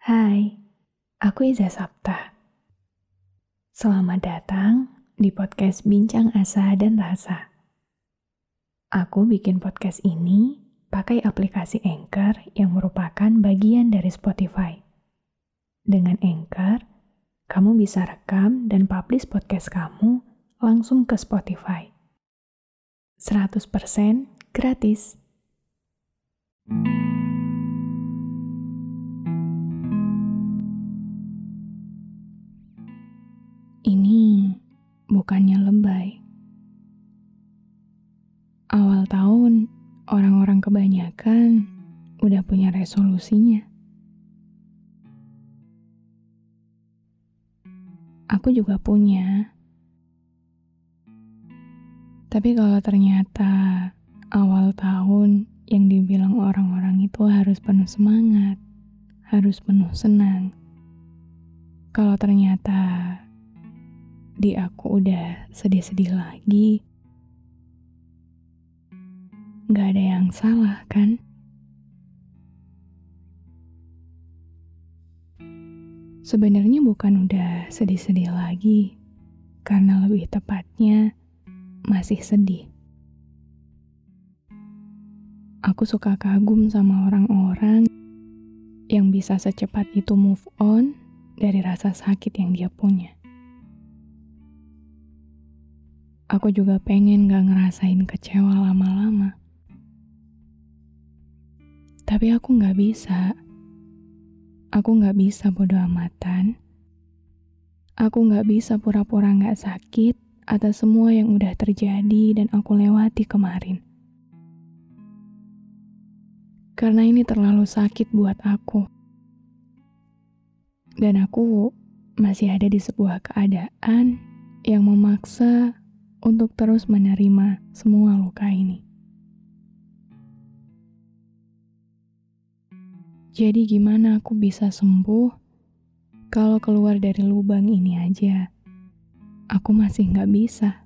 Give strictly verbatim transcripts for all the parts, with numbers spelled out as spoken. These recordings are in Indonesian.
Hai, aku Iza Sapta. Selamat datang di podcast Bincang Asa dan Rasa. Aku bikin podcast ini pakai aplikasi Anchor yang merupakan bagian dari Spotify. Dengan Anchor, kamu bisa rekam dan publish podcast kamu langsung ke Spotify. seratus persen gratis. Ini bukannya lebay. Awal tahun, orang-orang kebanyakan udah punya resolusinya. Aku juga punya. Tapi kalau ternyata awal tahun yang dibilang orang-orang itu harus penuh semangat, harus penuh senang. Kalau ternyata di aku udah sedih-sedih lagi, gak ada yang salah kan? Sebenarnya bukan udah sedih-sedih lagi, karena lebih tepatnya masih sedih. Aku suka kagum sama orang-orang yang bisa secepat itu move on dari rasa sakit yang dia punya. Aku juga pengen gak ngerasain kecewa lama-lama. Tapi aku gak bisa. Aku gak bisa bodo amatan. Aku gak bisa pura-pura gak sakit atas semua yang udah terjadi dan aku lewati kemarin. Karena ini terlalu sakit buat aku. Dan aku masih ada di sebuah keadaan yang memaksa untuk terus menerima semua luka ini. Jadi gimana aku bisa sembuh kalau keluar dari lubang ini aja aku masih gak bisa?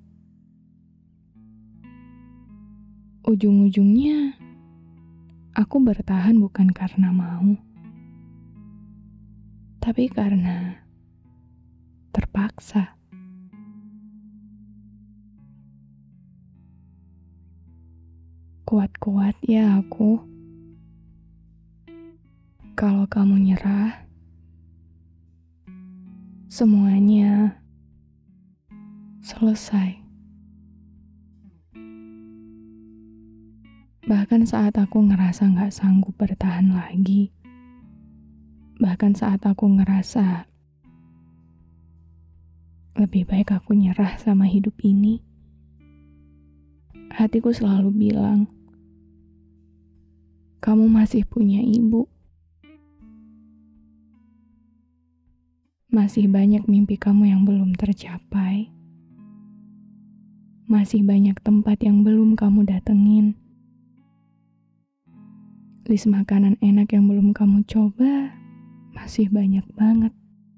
Ujung-ujungnya aku bertahan bukan karena mau, tapi karena terpaksa. Kuat-kuat ya aku. Kalau kamu nyerah, semuanya selesai. Bahkan saat aku ngerasa gak sanggup bertahan lagi, bahkan saat aku ngerasa lebih baik aku nyerah sama hidup ini, hatiku selalu bilang, kamu masih punya ibu. Masih banyak mimpi kamu yang belum tercapai. Masih banyak tempat yang belum kamu datengin. List makanan enak yang belum kamu coba, masih banyak banget.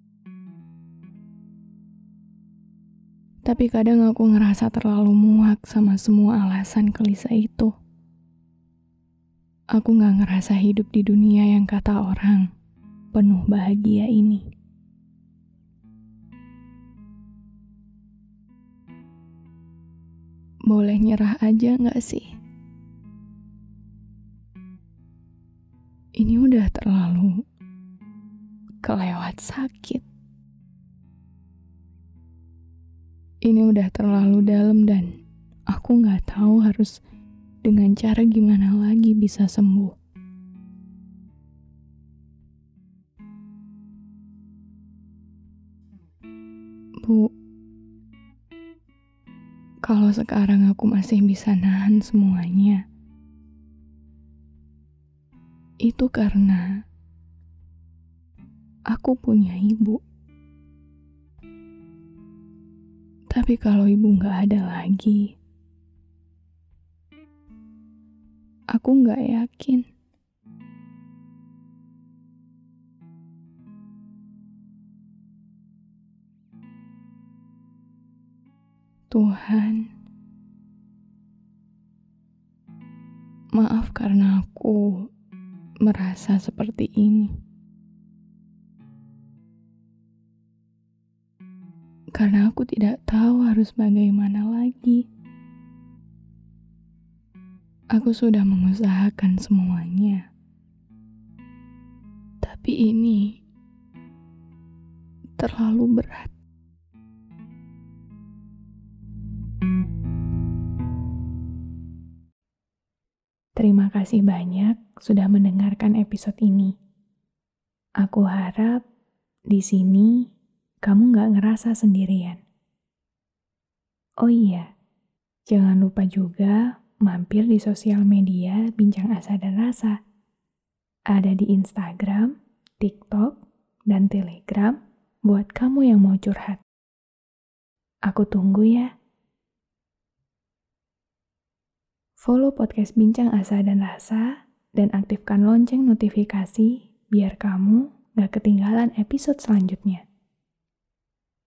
Tapi kadang aku ngerasa terlalu muak sama semua alasan klise itu. Aku gak ngerasa hidup di dunia yang kata orang penuh bahagia ini. Boleh nyerah aja gak sih? Ini udah terlalu kelewat sakit. Ini udah terlalu dalam dan aku gak tahu harus dengan cara gimana lagi bisa sembuh. Bu, kalau sekarang aku masih bisa nahan semuanya, itu karena aku punya ibu. Tapi kalau ibu gak ada lagi, aku gak yakin. Tuhan, maaf karena aku merasa seperti ini. karena aku tidak tahu harus bagaimana lagi. Aku sudah mengusahakan semuanya, tapi ini terlalu berat. Terima kasih banyak sudah mendengarkan episode ini. Aku harap di sini kamu gak ngerasa sendirian. Oh iya, jangan lupa juga mampir di sosial media Bincang Asa dan Rasa. Ada di Instagram, TikTok, dan Telegram buat kamu yang mau curhat. Aku tunggu ya. Follow podcast Bincang Asa dan Rasa dan aktifkan lonceng notifikasi biar kamu gak ketinggalan episode selanjutnya.